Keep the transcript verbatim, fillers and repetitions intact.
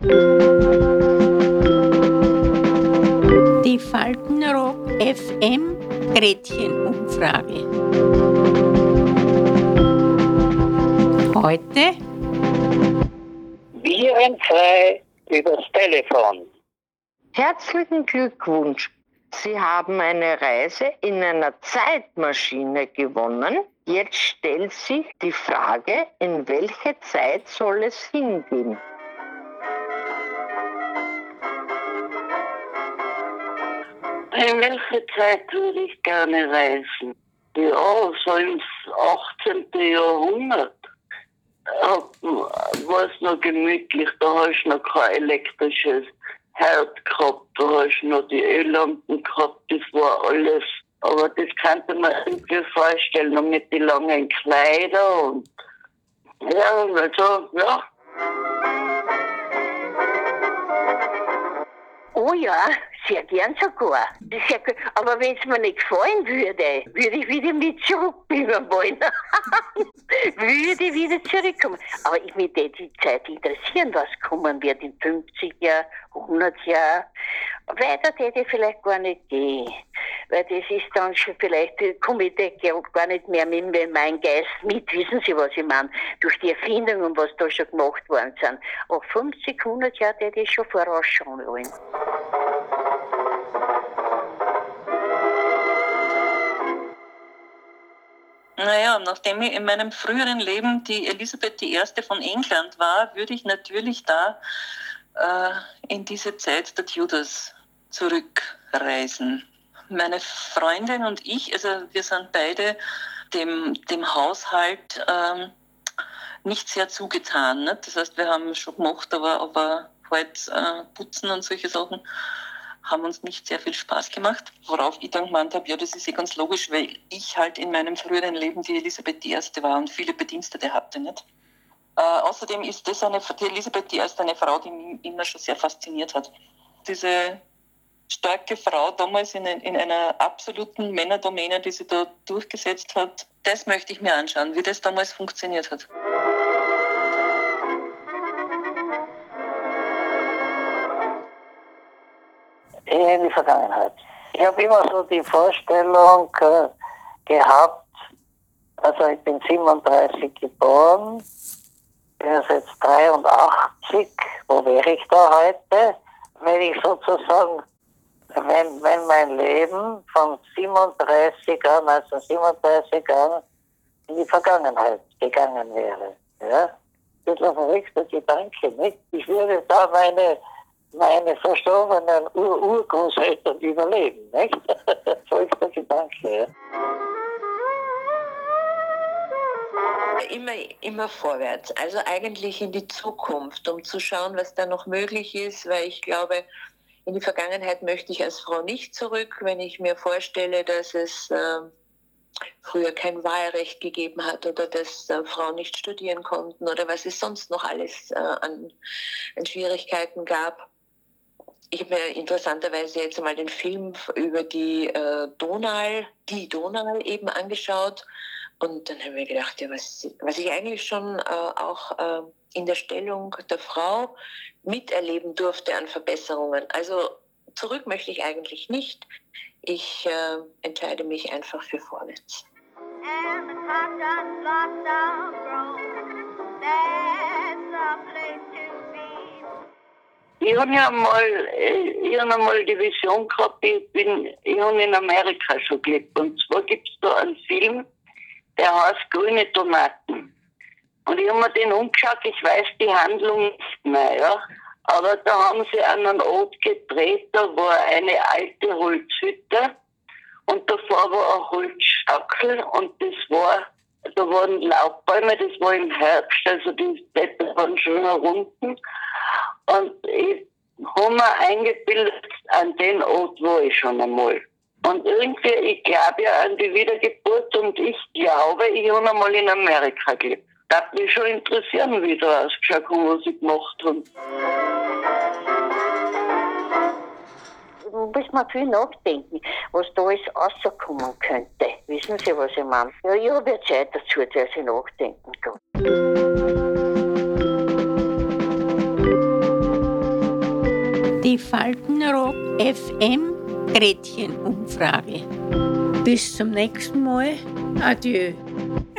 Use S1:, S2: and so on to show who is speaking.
S1: Die Faltenrock F M Gretchenumfrage. Heute
S2: virenfrei übers Telefon.
S3: Herzlichen Glückwunsch! Sie haben eine Reise in einer Zeitmaschine gewonnen. Jetzt stellt sich die Frage, in welche Zeit soll es hingehen?
S2: In welche Zeit würde ich gerne reisen? Ja, so ins achtzehnten. Jahrhundert. War es noch gemütlich, da hast du noch kein elektrisches Herd gehabt, da hast du noch die Öllampen gehabt, das war alles. Aber das könnte man irgendwie vorstellen, und mit den langen Kleidern und ja, also, ja.
S3: Oh ja, sehr gern sogar. Sehr gern. Aber wenn es mir nicht gefallen würde, würde ich wieder mit zurückbleiben wollen. würde ich wieder zurückkommen. Aber ich mich würde die Zeit interessieren, was kommen wird in fünfzig Jahren, hundert Jahren. Weiter würde ich vielleicht gar nicht gehen. Weil das ist dann schon vielleicht, komme ich da gar nicht mehr mit meinem Geist mit. Wissen Sie, was ich meine? Durch die Erfindungen, was da schon gemacht worden sind. Auch fünfzig, hundert Jahre würde ich schon vorausschauen wollen.
S4: Naja, nachdem ich in meinem früheren Leben die Elisabeth die Erste von England war, würde ich natürlich da äh, in diese Zeit der Tudors zurückreisen. Meine Freundin und ich, also wir sind beide dem, dem Haushalt ähm, nicht sehr zugetan. Ne? Das heißt, wir haben schon gemacht, aber, aber halt äh, putzen und solche Sachen haben uns nicht sehr viel Spaß gemacht. Worauf ich dann gemeint habe, ja, das ist ja ganz logisch, weil ich halt in meinem früheren Leben die Elisabeth die Erste war und viele Bedienstete hatte, nicht? Äh, außerdem ist das eine, die Elisabeth die Erste eine Frau, die mich immer schon sehr fasziniert hat. Diese starke Frau damals in, in einer absoluten Männerdomäne, die sie da durchgesetzt hat, das möchte ich mir anschauen, wie das damals funktioniert hat.
S2: In die Vergangenheit. Ich habe immer so die Vorstellung äh, gehabt, also ich bin siebenunddreißig geboren, bin jetzt dreiundachtzig, wo wäre ich da heute, wenn ich sozusagen, wenn, wenn mein Leben von siebenunddreißig an, also siebenunddreißig an, in die Vergangenheit gegangen wäre. Ja? Das ist ein verrückter Gedanke, nicht? Ich würde da meine meine verstorbenen Ur- Urgroßeltern überleben, nicht? Verrückter Gedanke, ja.
S3: Immer, immer vorwärts, also eigentlich in die Zukunft, um zu schauen, was da noch möglich ist, weil ich glaube, in die Vergangenheit möchte ich als Frau nicht zurück, wenn ich mir vorstelle, dass es äh, früher kein Wahlrecht gegeben hat oder dass äh, Frauen nicht studieren konnten oder was es sonst noch alles äh, an, an Schwierigkeiten gab. Ich habe mir interessanterweise jetzt mal den Film über die äh, Donau, die Donau eben angeschaut und dann habe ich mir gedacht, ja, was, was ich eigentlich schon äh, auch äh, in der Stellung der Frau miterleben durfte an Verbesserungen. Also zurück möchte ich eigentlich nicht. Ich äh, entscheide mich einfach für vorwärts. And the clock just locked down, bro. That's a place to be.
S2: Ich habe ja mal, ich hab einmal die Vision gehabt, ich bin, ich habe in Amerika schon gelebt. Und zwar gibt es da einen Film, der heißt Grüne Tomaten. Und ich habe mir den umgeschaut, ich weiß die Handlung nicht mehr, ja. Aber da haben sie an einen Ort gedreht, da war eine alte Holzhütte und davor war ein Holzstackel und das war, da waren Laubbäume, das war im Herbst, also die Blätter waren schon herunten. Und ich habe mir eingebildet, an den Ort war ich schon einmal. Und irgendwie, ich glaube ja an die Wiedergeburt und ich glaube, ich habe einmal in Amerika gelebt. Das würde mich schon interessieren, wie da ausgeschaut hat, was ich gemacht habe.
S3: Da muss man viel nachdenken, was da alles rauskommen könnte. Wissen Sie, was ich meine? Ja, ich habe ja Zeit dazu, dass ich nachdenken kann.
S1: Die Faltenrock F M Gretchenumfrage. Bis zum nächsten Mal. Adieu.